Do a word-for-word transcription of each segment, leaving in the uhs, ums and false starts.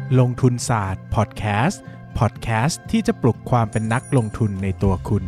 ลงทุนศาสตร์พอดแคสต์พอดแคสต์ที่จะปลุกความเป็นนักลงทุนในตัวคุณ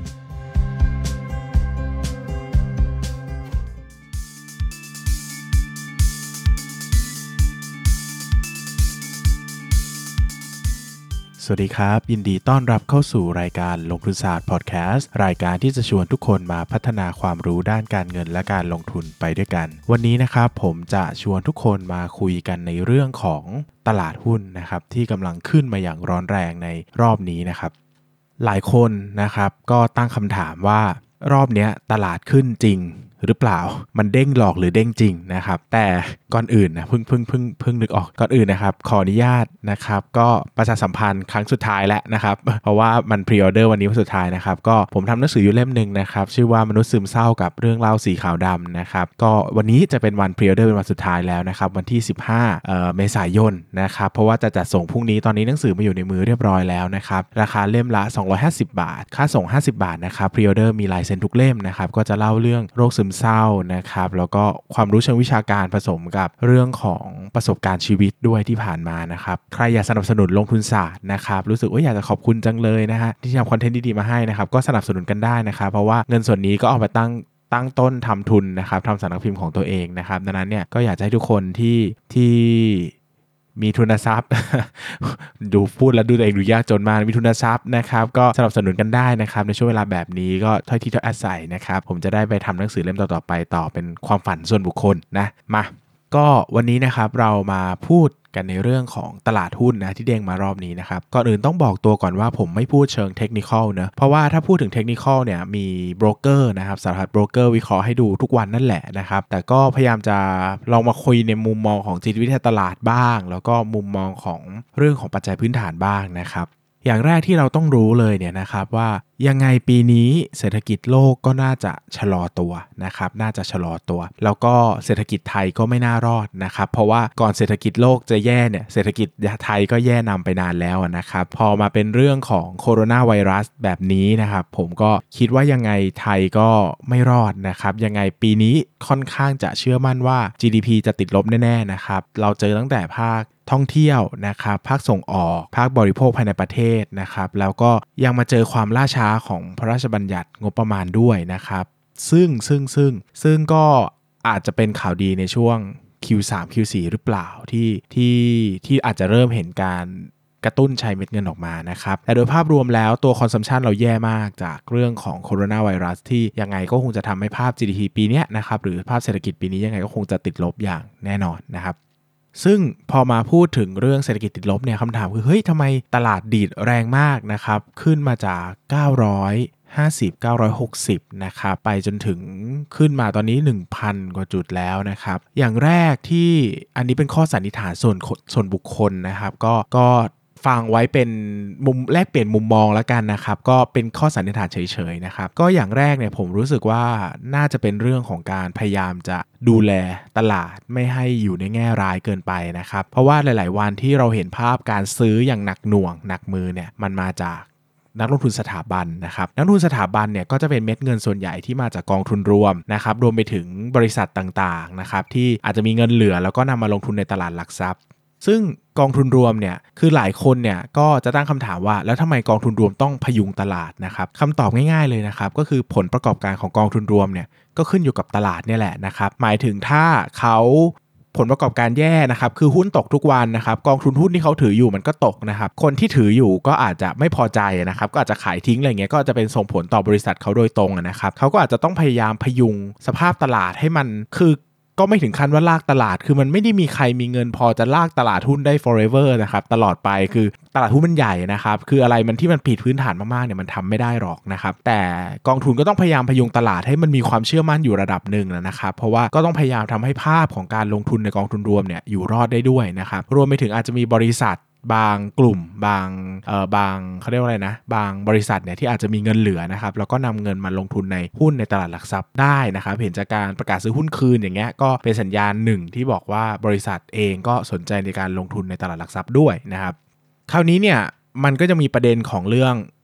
สวัสดีครับยินดีต้อนรับเข้าสู่รายการลงทุนศาสตร์พอดแคสต์รายการที่จะชวนทุกคนมาพัฒนาความรู้ด้านการเงินและการลงทุนไปด้วยกันวันนี้นะครับผมจะชวนทุกคนมาคุยกันในเรื่องของตลาดหุ้นนะครับที่กำลังขึ้นมาอย่างร้อนแรงในรอบนี้นะครับหลายคนนะครับก็ตั้งคำถามว่ารอบนี้ตลาดขึ้นจริงหรือเปล่ามันเด้งหลอกหรือเด้งจริงนะครับแต่ก่อนอื่นนะเพิ่งเพิ่งเพิ่งเพิ่งนึกออกก่อนอื่นนะครับขออนุญาตนะครับก็ประชาสัมพันธ์ครั้งสุดท้ายแล้วนะครับเพราะว่ามันพรีออเดอร์วันนี้วันสุดท้ายนะครับก็ผมทำหนังสืออยู่เล่มนึงนะครับชื่อว่ามนุษย์ซึมเศร้ากับเรื่องเล่าสีขาวดำนะครับก็วันนี้จะเป็นวันพรีออเดอร์เป็นวันสุดท้ายแล้วนะครับวันที่สิบห้าเอ่อเมษายนนะครับเพราะว่าจะจัดส่งพรุ่งนี้ตอนนี้หนังสือมาอยู่ในมือเรียบร้อยแล้วนะครับราคาเล่มละสองร้อยห้าสิบบาทค่าส่งห้าสิบบาทนะครับพรีออเดอร์มีลายเซ็นทุกเล่มนะครับก็จะเล่าเรื่องโรคซึมเศร้านะครับแล้วก็ความรู้เชิงวิชาการผสมกับเรื่องของประสบการณ์ชีวิตด้วยที่ผ่านมานะครับใครอยากสนับสนุนลงทุนศาสตร์นะครับรู้สึกว่าอยากจะขอบคุณจังเลยนะฮะที่ทำคอนเทนต์ดีๆมาให้นะครับก็สนับสนุนกันได้นะครับเพราะว่าเงินส่วนนี้ก็เอาไปตั้งตั้งต้นทำทุนนะครับทำสำนักพิมพ์ของตัวเองนะครับดังนั้นเนี่ยก็อยากจะให้ทุกคนที่ที่มีทุนทรัพย์ ดูพูดแล้วดูตัวเองดูยากจนมากมีทุนทรัพย์นะครับก็สนับสนุนกันได้นะครับในช่วงเวลาแบบนี้ก็ถ้อยทีถ้อยอาศัยนะครับผมจะได้ไปทำหนังสือเล่มต่อๆไปต่อเป็นความฝันส่วนบุคคลนะมาก็วันนี้นะครับเรามาพูดกันในเรื่องของตลาดหุ้นนะที่เด้งมารอบนี้นะครับก่อนอื่นต้องบอกตัวก่อนว่าผมไม่พูดเชิงเทคนิคอลนะเพราะว่าถ้าพูดถึงเทคนิคอลเนี่ยมีโบรกเกอร์นะครับสารพัดโบรกเกอร์วิเคราะห์ให้ดูทุกวันนั่นแหละนะครับแต่ก็พยายามจะลองมาคุยในมุมมองของจิตวิทยาตลาดบ้างแล้วก็มุมมองของเรื่องของปัจจัยพื้นฐานบ้างนะครับอย่างแรกที่เราต้องรู้เลยเนี่ยนะครับว่ายังไงปีนี้เศรษฐกิจโลกก็น่าจะชะลอตัวนะครับน่าจะชะลอตัวแล้วก็เศรษฐกิจไทยก็ไม่น่ารอดนะครับเพราะว่าก่อนเศรษฐกิจโลกจะแย่เนี่ยเศรษฐกิจไทยก็แย่นำไปนานแล้วนะครับพอมาเป็นเรื่องของโคโรนาไวรัสแบบนี้นะครับผมก็คิดว่ายังไงไทยก็ไม่รอดนะครับยังไงปีนี้ค่อนข้างจะเชื่อมั่นว่า จี ดี พี จะติดลบแน่ๆนะครับเราเจอตั้งแต่ภาคท่องเที่ยวนะครับภาคส่งออกภาคบริโภคภายในประเทศนะครับแล้วก็ยังมาเจอความล่าช้าของพระราชบัญญัติงบประมาณด้วยนะครับซึ่งซึ่งซึ่งซึ่งก็อาจจะเป็นข่าวดีในช่วง คิว สาม คิว สี่ หรือเปล่าที่ที่ที่อาจจะเริ่มเห็นการกระตุ้นใช้เม็ดเงินออกมานะครับแต่โดยภาพรวมแล้วตัวคอนซัมชันเราแย่มากจากเรื่องของโคโรนาไวรัสที่ยังไงก็คงจะทำให้ภาพ จี ดี พี ปีนี้นะครับหรือภาพเศรษฐกิจปีนี้ยังไงก็คงจะติดลบอย่างแน่นอนนะครับซึ่งพอมาพูดถึงเรื่องเศรษฐกิจติดลบเนี่ยคำถามคือเฮ้ยทำไมตลาดดีดแรงมากนะครับขึ้นมาจากเก้าร้อยห้าสิบ เก้าร้อยหกสิบนะครับไปจนถึงขึ้นมาตอนนี้ หนึ่งพัน กว่าจุดแล้วนะครับอย่างแรกที่อันนี้เป็นข้อสันนิษฐานส่วนส่วนบุคคลนะครับก็ก็ฟังไว้เป็นมุมแลกเปลี่ยนมุมมองแล้วกันนะครับก็เป็นข้อสันนิษฐานเฉยๆนะครับก็อย่างแรกเนี่ยผมรู้สึกว่าน่าจะเป็นเรื่องของการพยายามจะดูแลตลาดไม่ให้อยู่ในแง่ร้ายเกินไปนะครับเพราะว่าหลายๆวันที่เราเห็นภาพการซื้ออย่างหนักหน่วงหนักมือเนี่ยมันมาจากนักลงทุนสถาบันนะครับนักลงทุนสถาบันเนี่ยก็จะเป็นเม็ดเงินส่วนใหญ่ที่มาจากกองทุนรวมนะครับรวมไปถึงบริษัทต่างๆนะครับที่อาจจะมีเงินเหลือแล้วก็นำมาลงทุนในตลาดหลักทรัพย์ซึ่งกองทุนรวมเนี่ยคือหลายคนเนี่ยก็จะตั้งคำถามว่าแล้วทำไมกองทุนรวมต้องพยุงตลาดนะครับคำตอบง่ายๆเลยนะครับก็คือผลประกอบการของกองทุนรวมเนี่ยก็ขึ้นอยู่กับตลาดเนี่ยแหละนะครับหมายถึงถ้าเขาผลประกอบการแย่นะครับคือหุ้นตกทุกวันนะครับกองทุนหุ้นที่เขาถืออยู่มันก็ตกนะครับคนที่ถืออยู่ก็อาจจะไม่พอใจนะครับก็อาจจะขายทิ้งอะไรเงี้ยก็จะเป็นส่งผลต่อบริษัทเขาโดยตรงนะครับเขาก็อาจจะต้องพยายามพยุงสภาพตลาดให้มันคือก็ไม่ถึงขั้นว่าลากตลาดคือมันไม่ได้มีใครมีเงินพอจะลากตลาดหุ้นได้ forever นะครับตลอดไปคือตลาดหุ้นมันใหญ่นะครับคืออะไรมันที่มันผิดพื้นฐานมากๆเนี่ยมันทำไม่ได้หรอกนะครับแต่กองทุนก็ต้องพยายามพยุงตลาดให้มันมีความเชื่อมั่นอยู่ระดับหนึ่งนะครับเพราะว่าก็ต้องพยายามทำให้ภาพของการลงทุนในกองทุนรวมเนี่ยอยู่รอดได้ด้วยนะครับรวมไปถึงอาจจะมีบริษัทบางกลุ่มบางเอ่อบางเขาเรียกว่าอะไรนะบางบริษัทเนี่ยที่อาจจะมีเงินเหลือนะครับแล้วก็นำเงินมาลงทุนในหุ้นในตลาดหลักทรัพย์ได้นะครับเห็นจากการประกาศซื้อหุ้นคืนอย่างเงี้ยก็เป็นสัญญาณหนึ่งที่บอกว่าบริษัทเองก็สนใจในการลงทุนในตลาดหลักทรัพย์ด้วยนะครับคราวนี้เนี่ยมันก็จะมีประเด็นของเรื่อง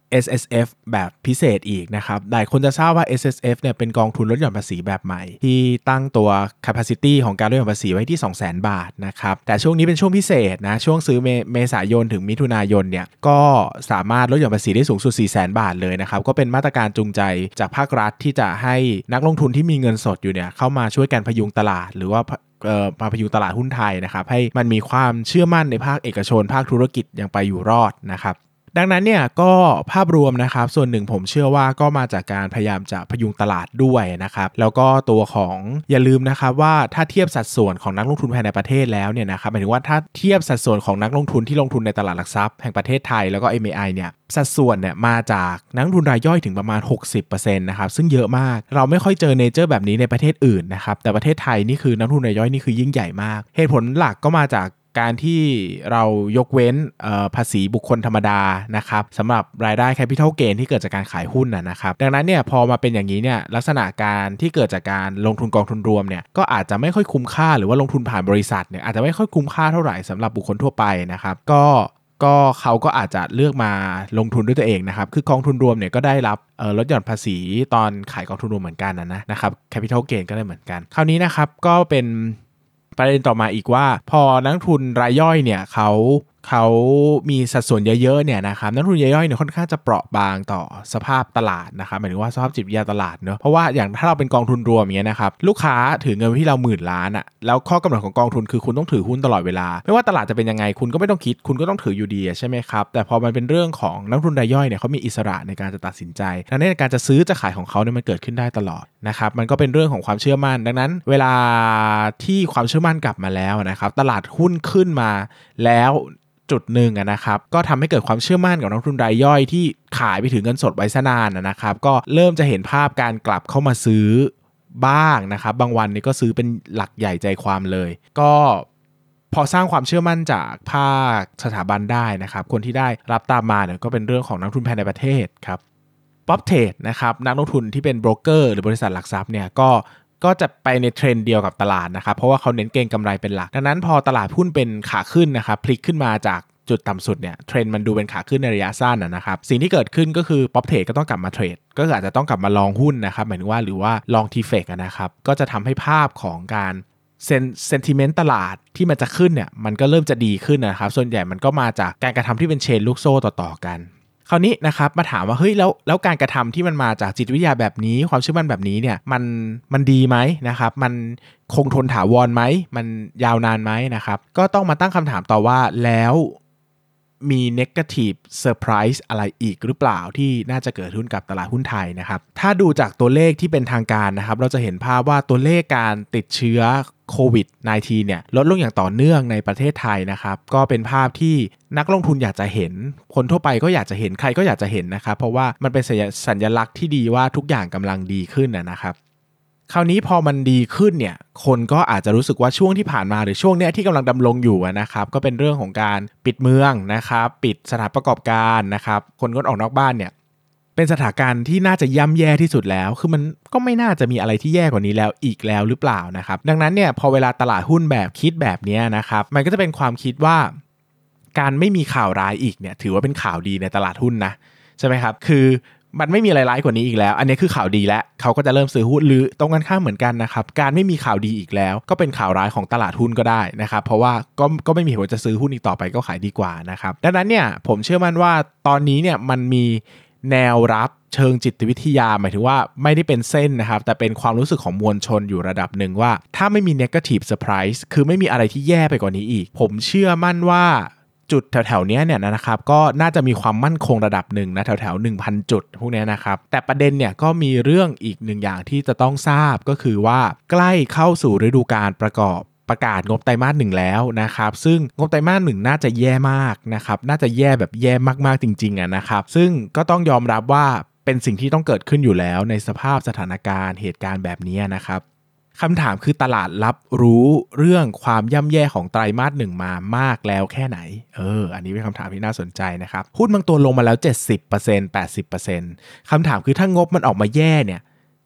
เอส เอส เอฟ แบบพิเศษอีกนะครับหลายคนจะทราบว่า เอส เอส เอฟ เนี่ยเป็นกองทุนลดหย่อนภาษีแบบใหม่ที่ตั้งตัว capacity ของการลดหย่อนภาษีไว้ที่ สองแสน บาทนะครับแต่ช่วงนี้เป็นช่วงพิเศษนะช่วงซื้อเมเมษายนถึงมิถุนายนเนี่ยก็สามารถลดหย่อนภาษีได้สูงสุด สี่แสน บาทเลยนะครับก็เป็นมาตรการจูงใจจากภาครัฐที่จะให้นักลงทุนที่มีเงินสดอยู่เนี่ยเข้ามาช่วยกันพยุงตลาดหรือว่าเอ่อมาพยุงตลาดหุ้นไทยนะครับให้มันมีความเชื่อมั่นในภาคเอกชนภาคธุรกิจยังไปอยู่รอดนะครับดังนั้นเนี่ยก็ภาพรวมนะครับส่วนหนึ่งผมเชื่อว่าก็มาจากการพยายามจะพยุงตลาดด้วยนะครับแล้วก็ตัวของอย่าลืมนะครับว่าถ้าเทียบสัดส่วนของนักลงทุนภายในประเทศแล้วเนี่ยนะครับหมายถึงว่าถ้าเทียบสัดส่วนของนักลงทุนที่ลงทุนในตลาดหลักทรัพย์แห่งประเทศไทยแล้วก็ เอ็ม เอ ไอ เนี่ยสัดส่วนเนี่ยมาจากนักลงทุนรายย่อยถึงประมาณ หกสิบเปอร์เซ็นต์ นะครับซึ่งเยอะมากเราไม่ค่อยเจอเนเจอร์แบบนี้ในประเทศอื่นนะครับแต่ประเทศไทยนี่คือนักลงทุนรายย่อยนี่คือยิ่งใหญ่มากเหตุผลหลักก็มาจากการที่เรายกเว้นภาษีบุคคลธรรมดานะครับสำหรับรายได้ Capital Gain ที่เกิดจากการขายหุ้นนะนะครับดังนั้นเนี่ยพอมาเป็นอย่างนี้เนี่ยลักษณะการที่เกิดจากการลงทุนกองทุนรวมเนี่ยก็อาจจะไม่ค่อยคุ้มค่าหรือว่าลงทุนผ่านบริษัทเนี่ยอาจจะไม่ค่อยคุ้มค่าเท่าไหร่สำหรับบุคคลทั่วไปนะครับก็ก็เขาก็อาจจะเลือกมาลงทุนด้วยตัวเองนะครับคือกองทุนรวมเนี่ยก็ได้รับลดหย่อนภาษีตอนขายกองทุนรวมเหมือนกันนะนะนะครับ Capital Gain ก็ได้เหมือนกันคราวนี้นะครับก็เป็นประเด็นต่อมาอีกว่าพอนักทุนรายย่อยเนี่ยเขาเขามีสัดส่วนเยอะๆเนี่ยนะครับนักทุนรายย่อยเนี่ยค่อนข้างจะเปราะบางต่อสภาพตลาดนะครับหมายถึงว่าสภาพจิตวิทยาตลาดเนอะเพราะว่าอย่างถ้าเราเป็นกองทุนรวมอย่างเงี้ยนะครับลูกค้าถือเงินไว้ที่เราหมื่นล้านอ่ะแล้วข้อกำหนดของกองทุนคือคุณต้องถือหุ้นตลอดเวลาไม่ว่าตลาดจะเป็นยังไงคุณก็ไม่ต้องคิดคุณก็ต้องถืออยู่ดีใช่ไหมครับแต่พอมันเป็นเรื่องของนักทุนรายย่อยเนี่ยเขามีอิสระในการจะตัดสินใจดังนั้นการจะซื้อจะขายของเขาเนี่ยมันเกิดขึ้นได้ตลอดนะครับมันก็เป็นเรื่องของความเชื่อมั่นดังนั้นเวลาที่ความเชื่อมั่นกลับมาแล้วนะครับตลาดหุ้นขึ้นมาแล้วจุดหนึ่งนะครับก็ทำให้เกิดความเชื่อมั่นกับนักทุนรายย่อยที่ขายไปถึงเงินสดไว้ซะนานนะครับก็เริ่มจะเห็นภาพการกลับเข้ามาซื้อบ้างนะครับบางวันนี่ก็ซื้อเป็นหลักใหญ่ใจความเลยก็พอสร้างความเชื่อมั่นจากภาคสถาบันได้นะครับคนที่ได้รับตามมาเนี่ยก็เป็นเรื่องของนักทุนภายในประเทศครับป๊อปเทรดนะครับนักลงทุนที่เป็นโบรกเกอร์หรือบริษัทหลักทรัพย์เนี่ยก็ก็จะไปในเทรนด์เดียวกับตลาดนะครับเพราะว่าเขาเน้นเก็งกำไรเป็นหลักดังนั้นพอตลาดหุ้นเป็นขาขึ้นนะครับพลิกขึ้นมาจากจุดต่ำสุดเนี่ยเทรนด์มันดูเป็นขาขึ้นในระยะสั้นนะครับสิ่งที่เกิดขึ้นก็คือป๊อปเทรดก็ต้องกลับมาเทรดก็อาจจะต้องกลับมาลองหุ้นนะครับหมายถึงว่าหรือว่าลองทีเฟกนะครับก็จะทำให้ภาพของการเซนเซนติเมนต์ตลาดที่มันจะขึ้นเนี่ยมันก็เริ่มจะดีขึ้นนะครับส่วนใหญ่มันก็มาจากการกระทำที่เป็นเชนลูกโซ่ต่อๆกันคราวนี้นะครับมาถามว่าเฮ้ยแล้วแล้วการกระทำที่มันมาจากจิตวิทยาแบบนี้ความเชื่อมั่นแบบนี้เนี่ยมันมันดีไหมนะครับมันคงทนถาวรไหมมันยาวนานไหมนะครับก็ต้องมาตั้งคำถามต่อว่าแล้วมี negative surprise อะไรอีกหรือเปล่าที่น่าจะเกิดขึ้นกับตลาดหุ้นไทยนะครับถ้าดูจากตัวเลขที่เป็นทางการนะครับเราจะเห็นภาพว่าตัวเลขการติดเชื้อโควิด สิบเก้า เนี่ยลดลงอย่างต่อเนื่องในประเทศไทยนะครับก็เป็นภาพที่นักลงทุนอยากจะเห็นคนทั่วไปก็อยากจะเห็นใครก็อยากจะเห็นนะครับเพราะว่ามันเป็นสัญลักษณ์ที่ดีว่าทุกอย่างกำลังดีขึ้นนะครับคราวนี้พอมันดีขึ้นเนี่ยคนก็อาจจะรู้สึกว่าช่วงที่ผ่านมาหรือช่วงเนี้ยที่กำลังดำรงอยู่นะครับก็เป็นเรื่องของการปิดเมืองนะครับปิดสถานประกอบการนะครับคนงดออกนอกบ้านเนี่ยเป็นสถานการณ์ที่น่าจะย่ำแย่ที่สุดแล้วคือมันก็ไม่น่าจะมีอะไรที่แย่กว่านี้แล้วอีกแล้วหรือเปล่านะครับดังนั้นเนี่ยพอเวลาตลาดหุ้นแบบคิดแบบนี้นะครับมันก็จะเป็นความคิดว่าการไม่มีข่าวร้ายอีกเนี่ยถือว่าเป็นข่าวดีในตลาดหุ้นนะใช่ไหมครับคือมันไม่มีอะไรร้ายกว่านี้อีกแล้วอันนี้คือข่าวดีแล้วเขาก็จะเริ่มซื้อหุ้นหรือตรงกันข้ามเหมือนกันนะครับการไม่มีข่าวดีอีกแล้วก็เป็นข่าวร้ายของตลาดหุ้นก็ได้นะครับเพราะว่าก็ก็ไม่มีเหตุผลจะซื้อหุ้นอีกต่อไปก็ขายดีกว่านะครับดังนั้นเนี่ยผมเชื่อมั่นว่าตอนนี้เนี่ยมันมีแนวรับเชิงจิตวิทยาหมายถึงว่าไม่ได้เป็นเส้นนะครับแต่เป็นความรู้สึกของมวลชนอยู่ระดับหนึ่งว่าถ้าไม่มี negative surprise คือไม่มีอะไรที่แย่ไปกว่านี้อีกผมเชื่อมั่นว่าจุดแถวๆนี้เนี่ยนะครับก็น่าจะมีความมั่นคงระดับหนึ่งนะแถวๆ หนึ่งพัน จุดพวกนี้นะครับแต่ประเด็นเนี่ยก็มีเรื่องอีกหนึ่งอย่างที่จะต้องทราบก็คือว่าใกล้เข้าสู่ฤดูกาลประกอบประกาศงบไตรมาสหนึ่งแล้วนะครับซึ่งงบไตรมาสหนึ่งน่าจะแย่มากนะครับน่าจะแย่แบบแย่มากๆจริงๆอะนะครับซึ่งก็ต้องยอมรับว่าเป็นสิ่งที่ต้องเกิดขึ้นอยู่แล้วในสภาพสถานการณ์เหตุการณ์แบบนี้นะครับคำถามคือตลาดรับรู้เรื่องความย่ำแย่ของไตรมาสหนึ่งมามากแล้วแค่ไหนเอออันนี้เป็นคำถามที่น่าสนใจนะครับหุ้นบางตัวลงมาแล้ว เจ็ดสิบเปอร์เซ็นต์ แปดสิบเปอร์เซ็นต์ คำถามคือถ้างบมันออกมาแย่เนี่ย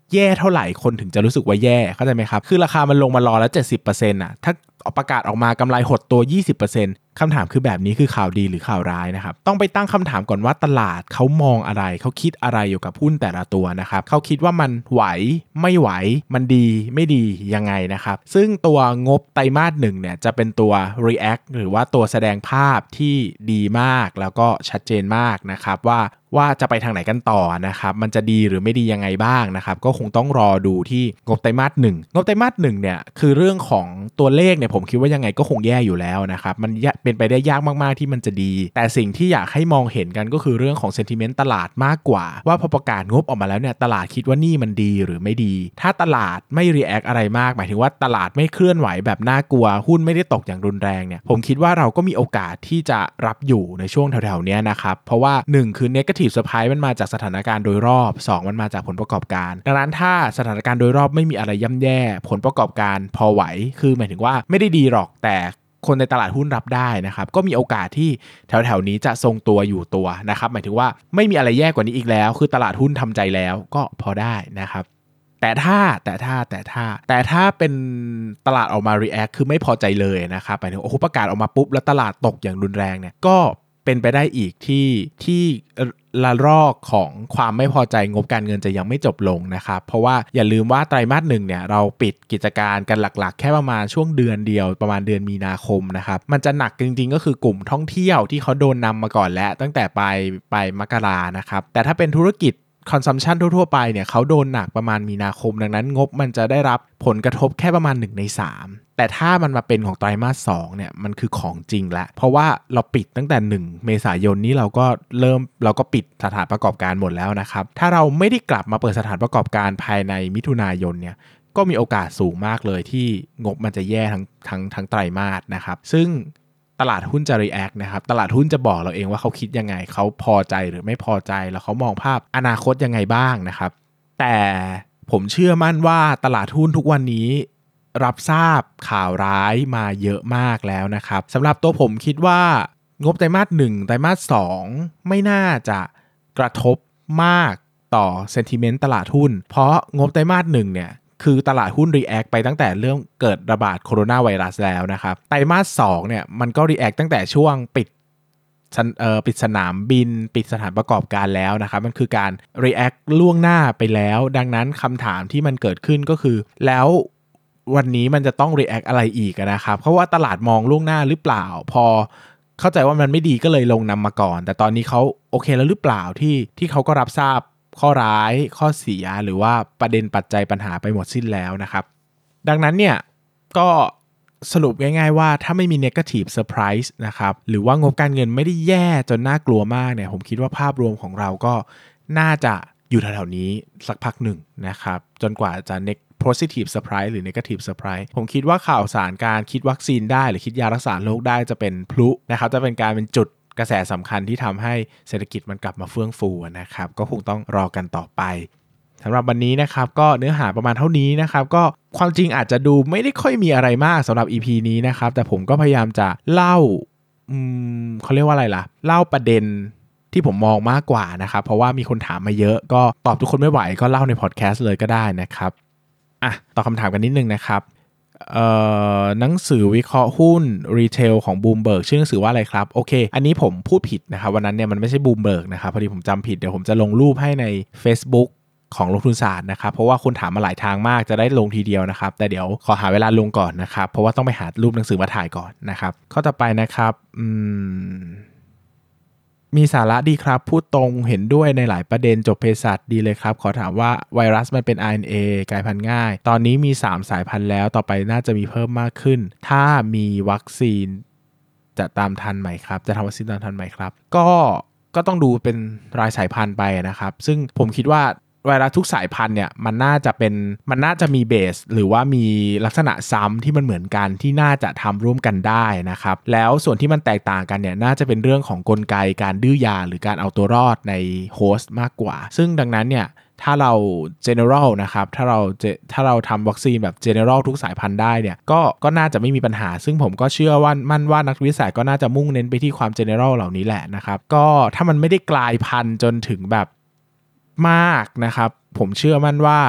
แย่เท่าไหร่คนถึงจะรู้สึกว่าแย่เข้าใจไหมครับคือราคามันลงมารอแล้ว เจ็ดสิบเปอร์เซ็นต์ อ่ะถ้าประกาศออกมากำไรหดตัว ยี่สิบเปอร์เซ็นต์ คำถามคือแบบนี้คือข่าวดีหรือข่าวร้ายนะครับต้องไปตั้งคำถามก่อนว่าตลาดเขามองอะไรเขาคิดอะไรอยู่กับหุ้นแต่ละตัวนะครับเขาคิดว่ามันไหวไม่ไหวมันดีไม่ดียังไงนะครับซึ่งตัวงบไตรมาสหนึ่งเนี่ยจะเป็นตัว react หรือว่าตัวแสดงภาพที่ดีมากแล้วก็ชัดเจนมากนะครับว่าว่าจะไปทางไหนกันต่อนะครับมันจะดีหรือไม่ดียังไงบ้างนะครับก็คงต้องรอดูที่งบไตรมาสหนึ่งงบไตรมาสหนึ่งเนี่ยคือเรื่องของตัวเลขเนี่ยผมคิดว่ายังไงก็คงแย่อยู่แล้วนะครับมันเป็นไปได้ยากมากๆที่มันจะดีแต่สิ่งที่อยากให้มองเห็นกันก็คือเรื่องของ sentiment ตลาดมากกว่าว่าพอประกาศงบออกมาแล้วเนี่ยตลาดคิดว่านี่มันดีหรือไม่ดีถ้าตลาดไม่ react อะไรมากหมายถึงว่าตลาดไม่เคลื่อนไหวแบบน่ากลัวหุ้นไม่ได้ตกอย่างรุนแรงเนี่ยผมคิดว่าเราก็มีโอกาสที่จะรับอยู่ในช่วงแถวๆนี้นะครับเพราะว่าหนึ่งคือ negative surprise มันมาจากสถานการณ์โดยรอบสองมันมาจากผลประกอบการดังนั้นถ้าสถานการณ์โดยรอบไม่มีอะไรย่ำแย่ผลประกอบการพอไหวคือหมายถึงว่าไม่ได้ดีหรอกแต่คนในตลาดหุ้นรับได้นะครับก็มีโอกาสที่แถวๆนี้จะทรงตัวอยู่ตัวนะครับหมายถึงว่าไม่มีอะไรแย่กว่านี้อีกแล้วคือตลาดหุ้นทำใจแล้วก็พอได้นะครับแต่ถ้าแต่ถ้าแต่ถ้าแต่ถ้าเป็นตลาดออกมา react คือไม่พอใจเลยนะครับหมายถึงโอ้โหประกาศออกมาปุ๊บแล้วตลาดตกอย่างรุนแรงเนี่ยก็เป็นไปได้อีกที่ที่ละลอกของความไม่พอใจงบการเงินจะยังไม่จบลงนะครับเพราะว่าอย่าลืมว่าไตรมาสหนึ่งเนี่ยเราปิดกิจการกันหลักๆแค่ประมาณช่วงเดือนเดียวประมาณเดือนมีนาคมนะครับมันจะหนักจริงๆก็คือกลุ่มท่องเที่ยวที่เขาโดนนำมาก่อนแล้วตั้งแต่ปลายปลายมกรานะครับแต่ถ้าเป็นธุรกิจconsumption ทั่วๆไปเนี่ยเขาโดนหนักประมาณมีนาคมดังนั้นงบมันจะได้รับผลกระทบแค่ประมาณหนึ่งในสามแต่ถ้ามันมาเป็นของไตรมาสสองเนี่ยมันคือของจริงแล้วเพราะว่าเราปิดตั้งแต่หนึ่งเมษายนนี้เราก็เริ่มเราก็ปิดสถานประกอบการหมดแล้วนะครับถ้าเราไม่ได้กลับมาเปิดสถานประกอบการภายในมิถุนายนเนี่ยก็มีโอกาสสูงมากเลยที่งบมันจะแย่ทั้งทั้งทั้งไตรมาสนะครับซึ่งตลาดหุ้นจะ react นะครับตลาดหุ้นจะบอกเราเองว่าเขาคิดยังไงเขาพอใจหรือไม่พอใจแล้วเขามองภาพอนาคตยังไงบ้างนะครับแต่ผมเชื่อมั่นว่าตลาดหุ้นทุกวันนี้รับทราบข่าวร้ายมาเยอะมากแล้วนะครับสำหรับตัวผมคิดว่างบไตรมาสหนึ่งไตรมาสสองไม่น่าจะกระทบมากต่อ sentiment ตลาดหุ้นเพราะงบไตรมาสหนึ่งเนี่ยคือตลาดหุ้น react ไปตั้งแต่เรื่องเกิดระบาดโคโรนาไวรัสแล้วนะครับไตรมาสสองเนี่ยมันก็ react ตั้งแต่ช่วงปิดเอ่อปิดสนามบินปิดสถานประกอบการแล้วนะครับมันคือการ react ล่วงหน้าไปแล้วดังนั้นคำถามที่มันเกิดขึ้นก็คือแล้ววันนี้มันจะต้อง react อะไรอีกนะครับเพราะว่าตลาดมองล่วงหน้าหรือเปล่าพอเข้าใจว่ามันไม่ดีก็เลยลงนำมาก่อนแต่ตอนนี้เขาโอเคแล้วหรือเปล่าที่ที่เขาก็รับทราบข้อร้ายข้อเสียหรือว่าประเด็นปัจจัยปัญหาไปหมดสิ้นแล้วนะครับดังนั้นเนี่ยก็สรุปง่ายๆว่าถ้าไม่มี negative surprise นะครับหรือว่างบการเงินไม่ได้แย่จนน่ากลัวมากเนี่ยผมคิดว่าภาพรวมของเราก็น่าจะอยู่แถวๆนี้สักพักหนึ่งนะครับจนกว่าจะ positive surprise หรือ negative surprise ผมคิดว่าข่าวสารการคิดวัคซีนได้หรือคิดยารักษาโรคได้จะเป็นพลุนะครับจะเป็นการเป็นจุดกระแสสำคัญที่ทำให้เศรษฐกิจมันกลับมาเฟื่องฟูนะครับก็คงต้องรอกันต่อไปสำหรับวันนี้นะครับก็เนื้อหาประมาณเท่านี้นะครับก็ความจริงอาจจะดูไม่ได้ค่อยมีอะไรมากสำหรับ อี พี นี้นะครับแต่ผมก็พยายามจะเล่าอืมเขาเรียกว่าอะไรล่ะเล่าประเด็นที่ผมมองมากกว่านะครับเพราะว่ามีคนถามมาเยอะก็ตอบทุกคนไม่ไหวก็เล่าในพอดแคสต์เลยก็ได้นะครับอ่ะตอบคำถามกันนิดนึงนะครับเอ่อหนังสือวิเคราะห์หุ้นรีเทลของ Bloomberg ชื่อหนังสือว่าอะไรครับโอเคอันนี้ผมพูดผิดนะครับวันนั้นเนี่ยมันไม่ใช่ Bloomberg นะครับพอดีผมจำผิดเดี๋ยวผมจะลงรูปให้ใน Facebook ของลงทุนศาสตร์นะครับเพราะว่าคุณถามมาหลายทางมากจะได้ลงทีเดียวนะครับแต่เดี๋ยวขอหาเวลาลงก่อนนะครับเพราะว่าต้องไปหารูปหนังสือมาถ่ายก่อนนะครับข้อต่อไปนะครับอืมมีสาระดีครับพูดตรงเห็นด้วยในหลายประเด็นจบเภสัชดีเลยครับขอถามว่าไวรัสมันเป็น อาร์ เอ็น เอ กลายพันธุ์ง่ายตอนนี้มีสามสายพันธุ์แล้วต่อไปน่าจะมีเพิ่มมากขึ้นถ้ามีวัคซีนจะตามทันไหมครับจะทำวัคซีนตามทันไหมครับก็ก็ต้องดูเป็นรายสายพันธุ์ไปนะครับซึ่งผมคิดว่าไวรัสทุกสายพันธุ์เนี่ยมันน่าจะเป็นมันน่าจะมีเบสหรือว่ามีลักษณะซ้ำที่มันเหมือนกันที่น่าจะทำร่วมกันได้นะครับแล้วส่วนที่มันแตกต่างกันเนี่ยน่าจะเป็นเรื่องของกลไกการดื้อยาหรือการเอาตัวรอดในโฮสต์มากกว่าซึ่งดังนั้นเนี่ยถ้าเรา general นะครับถ้าเราถ้าเราทำวัคซีนแบบ general ทุกสายพันธุ์ได้เนี่ยก็ก็น่าจะไม่มีปัญหาซึ่งผมก็เชื่อว่ามั่นว่านักวิทยาศาสตร์ก็น่าจะมุ่งเน้นไปที่ความ general เหล่านี้แหละนะครับก็ถ้ามันไม่ได้กลายพันธุ์จนถึงแบบมากนะครับผมเชื่อมั่นว่า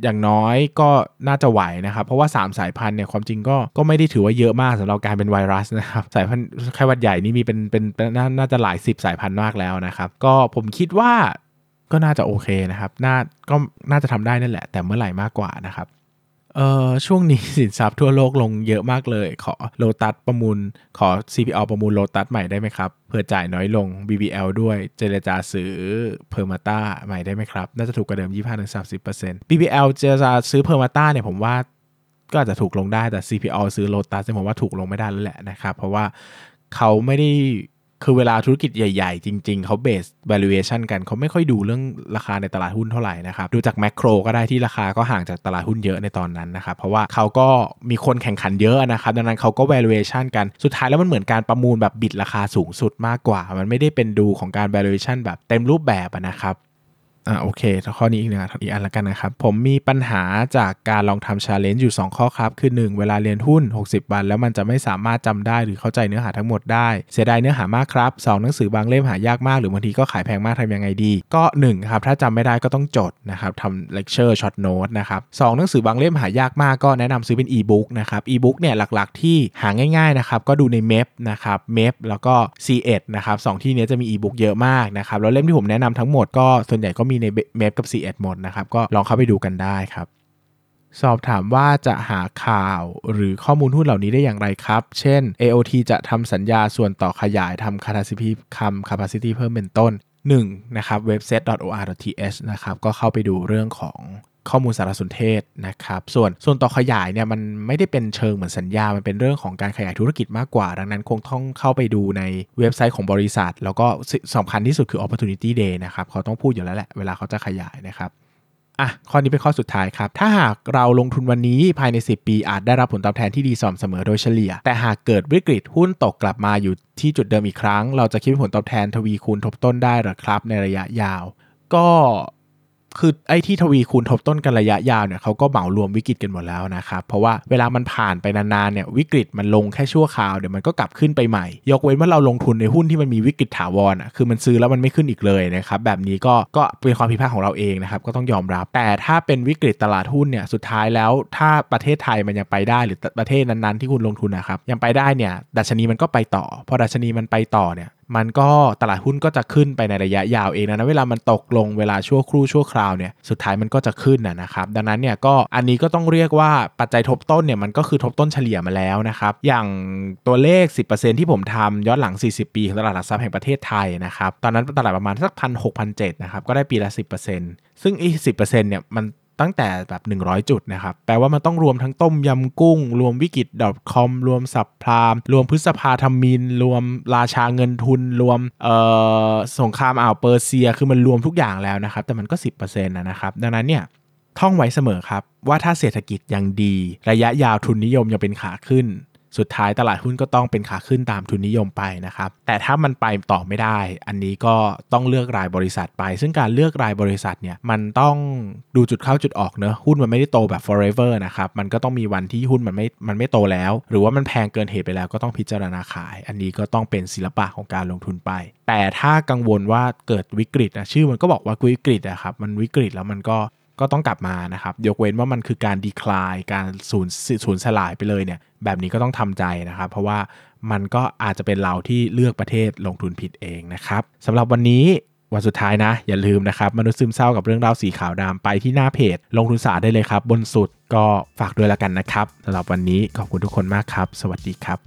อย่างน้อยก็น่าจะไหวนะครับเพราะว่าสามสายพันธุ์เนี่ยความจริงก็ก็ไม่ได้ถือว่าเยอะมากสำหรับการเป็นไวรัสนะครับสายพันธุ์ไข้หวัดใหญ่นี่มีเป็นเป็นน่าน่าจะหลายสิบสายพันธุ์มากแล้วนะครับก็ผมคิดว่าก็น่าจะโอเคนะครับน่าก็น่าจะทำได้นั่นแหละแต่เมื่อไหร่มากกว่านะครับเอ่อช่วงนี้สินทรัพย์ทั่วโลกลงเยอะมากเลยขอโลตัสประมูลขอ ซี พี แอล ประมูลโลตัสใหม่ได้ไหมครับเพื่อจ่ายน้อยลง บี บี แอล ด้วยเจรจาซื้อเพอร์มาต้าใหม่ได้ไหมครับน่าจะถูกกว่าเดิม ยี่สิบห้าถึงสามสิบเปอร์เซ็นต์ บี บี แอล เจรจาซื้อเพอร์มาต้าเนี่ยผมว่าก็อาจจะถูกลงได้แต่ ซี พี แอล ซื้อโลตัสเนี่ยผมว่าถูกลงไม่ได้แล้วแหละนะครับเพราะว่าเขาไม่ได้คือเวลาธุรกิจใหญ่ๆจริงๆเขาเบส valuation กันเขาไม่ค่อยดูเรื่องราคาในตลาดหุ้นเท่าไหร่นะครับดูจากแมคโครก็ได้ที่ราคาก็ห่างจากตลาดหุ้นเยอะในตอนนั้นนะครับเพราะว่าเขาก็มีคนแข่งขันเยอะนะครับดังนั้นเขาก็ valuation กันสุดท้ายแล้วมันเหมือนการประมูลแบบบิดราคาสูงสุดมากกว่ามันไม่ได้เป็นดูของการ valuation แบบเต็มรูปแบบนะครับอ่าโอเคข้อนี้อีกนะอีกอันละกันนะครับผมมีปัญหาจากการลองทำ challenge อยู่สองข้อครับคือหนึ่งเวลาเรียนหุ้นหกสิบวันแล้วมันจะไม่สามารถจำได้หรือเข้าใจเนื้อหาทั้งหมดได้เสียดายเนื้อหามากครับสองหนังสือบางเล่มหายากมากหรือบางทีก็ขายแพงมากทำยังไงดีก็หนึ่งครับถ้าจำไม่ได้ก็ต้องจดนะครับทำ lecture short note นะครับสองหนังสือบางเล่มหายากมากก็แนะนำซื้อเป็น e-book นะครับ e-book เนี่ยหลักๆที่หาง่ายๆนะครับก็ดูใน เมพ นะครับ เมพ แล้วก็ ซี เอ็ด นะครับสองที่นี้จะมี e-book เยอะมากนะครับแล้วเล่มที่ผมแนะนำทั้งหมดก็ส่วนใหญ่ก็มีใน เมพ กับ ซี เอ็ด หมดนะครับก็ลองเข้าไปดูกันได้ครับสอบถามว่าจะหาข่าวหรือข้อมูลหุ้นเหล่านี้ได้อย่างไรครับเช่น เอ โอ ที จะทำสัญญาส่วนต่อขยายทำ capacity คำ capacity เพิ่มเป็นต้นหนึ่งนะครับ เว็บ เซต ดอท โอ อาร์ ดอท ที เอช นะครับก็เข้าไปดูเรื่องของข้อมูลสารสนเทศนะครับส่วนส่วนต่อขยายเนี่ยมันไม่ได้เป็นเชิงเหมือนสัญญามันเป็นเรื่องของการขยายธุรกิจมากกว่าดังนั้นคงต้องเข้าไปดูในเว็บไซต์ของบริษัทแล้วก็สำคัญที่สุดคือ opportunity day นะครับเขาต้องพูดอยู่แล้วแหละเวลาเขาจะขยายนะครับอ่ะข้อนี้เป็นข้อสุดท้ายครับถ้าหากเราลงทุนวันนี้ภายในสิบปีอาจได้รับผลตอบแทนที่ดีสม่ำเสมอโดยเฉลี่ยแต่หากเกิดวิกฤตหุ้นตกกลับมาอยู่ที่จุดเดิมอีกครั้งเราจะคิดผลตอบแทนทวีคูณทบต้นได้หรือครับในระยะยาวก็คือไอ้ที่ทวีคูณทบต้นกันระยะยาวเนี่ยเขาก็เหมารวมวิกฤตกันหมดแล้วนะครับเพราะว่าเวลามันผ่านไปนานๆเนี่ยวิกฤตมันลงแค่ชั่วคราวเดี๋ยวมันก็กลับขึ้นไปใหม่ยกเว้นว่าเราลงทุนในหุ้นที่มันมีวิกฤตถาวรอ่ะคือมันซื้อแล้วมันไม่ขึ้นอีกเลยนะครับแบบนี้ก็ก็เป็นความผิดพลาดของเราเองนะครับก็ต้องยอมรับแต่ถ้าเป็นวิกฤตตลาดหุ้นเนี่ยสุดท้ายแล้วถ้าประเทศไทยมันยังไปได้หรือประเทศนั้นๆที่คุณลงทุนนะครับยังไปได้เนี่ยดัชนีมันก็ไปต่อพอดัชนีมันไปต่อเนี่ยมันก็ตลาดหุ้นก็จะขึ้นไปในระยะยาวเองนะเวลามันตกลงเวลาชั่วครู่ชั่วคราวเนี่ยสุดท้ายมันก็จะขึ้นนะนะครับดังนั้นเนี่ยก็อันนี้ก็ต้องเรียกว่าปัจจัยทบต้นเนี่ยมันก็คือทบต้นเฉลี่ยมาแล้วนะครับอย่างตัวเลข สิบเปอร์เซ็นต์ ที่ผมทำย้อนหลังสี่สิบปีของตลาดหลักทรัพย์แห่งประเทศไทยนะครับตอนนั้นตลาดประมาณสัก หนึ่งพันหกพันเจ็ดร้อย นะครับก็ได้ปีละ สิบเปอร์เซ็นต์ ซึ่งอีก สิบเปอร์เซ็นต์ เนี่ยมันตั้งแต่แบบหนึ่งร้อยจุดนะครับแปลว่ามันต้องรวมทั้งต้มยำกุ้งรวมวิกฤต .com รวมสับพรามรวมพฤษภาธมินรวมราชาเงินทุนรวมเอ่อสงครามอ่าวเปอร์เซียคือมันรวมทุกอย่างแล้วนะครับแต่มันก็ สิบเปอร์เซ็นต์ นะครับดังนั้นเนี่ยท่องไว้เสมอครับว่าถ้าเศรษฐกิจยังดีระยะยาวทุนนิยมยังเป็นขาขึ้นสุดท้ายตลาดหุ้นก็ต้องเป็นขาขึ้นตามทุนนิยมไปนะครับแต่ถ้ามันไปต่อไม่ได้อันนี้ก็ต้องเลือกรายบริษัทไปซึ่งการเลือกรายบริษัทเนี่ยมันต้องดูจุดเข้าจุดออกเนอะหุ้นมันไม่ได้โตแบบ forever นะครับมันก็ต้องมีวันที่หุ้นมันไม่มันไม่โตแล้วหรือว่ามันแพงเกินเหตุไปแล้วก็ต้องพิจารณาขายอันนี้ก็ต้องเป็นศิลปะของการลงทุนไปแต่ถ้ากังวลว่าเกิดวิกฤตนะชื่อมันก็บอกว่าวิกฤตนะครับมันวิกฤตแล้วมันก็ก็ต้องกลับมานะครับยกเว้นว่ามันคือการดีคลายการสูญสูญสลายไปเลยเนี่ยแบบนี้ก็ต้องทำใจนะครับเพราะว่ามันก็อาจจะเป็นเราที่เลือกประเทศลงทุนผิดเองนะครับสำหรับวันนี้วันสุดท้ายนะอย่าลืมนะครับมนุษย์ซึมเศร้ากับเรื่องราวสีขาวดำไปที่หน้าเพจลงทุนศาสตร์ได้เลยครับบนสุดก็ฝากด้วยละกันนะครับสำหรับวันนี้ขอบคุณทุกคนมากครับสวัสดีครับ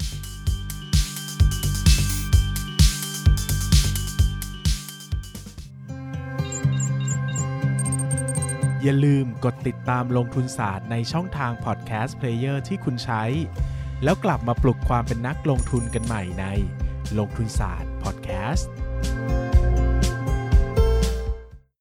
อย่าลืมกดติดตามลงทุนศาสตร์ในช่องทางพอดแคสต์เพลเยอร์ที่คุณใช้แล้วกลับมาปลุกความเป็นนักลงทุนกันใหม่ในลงทุนศาสตร์พอดแคสต์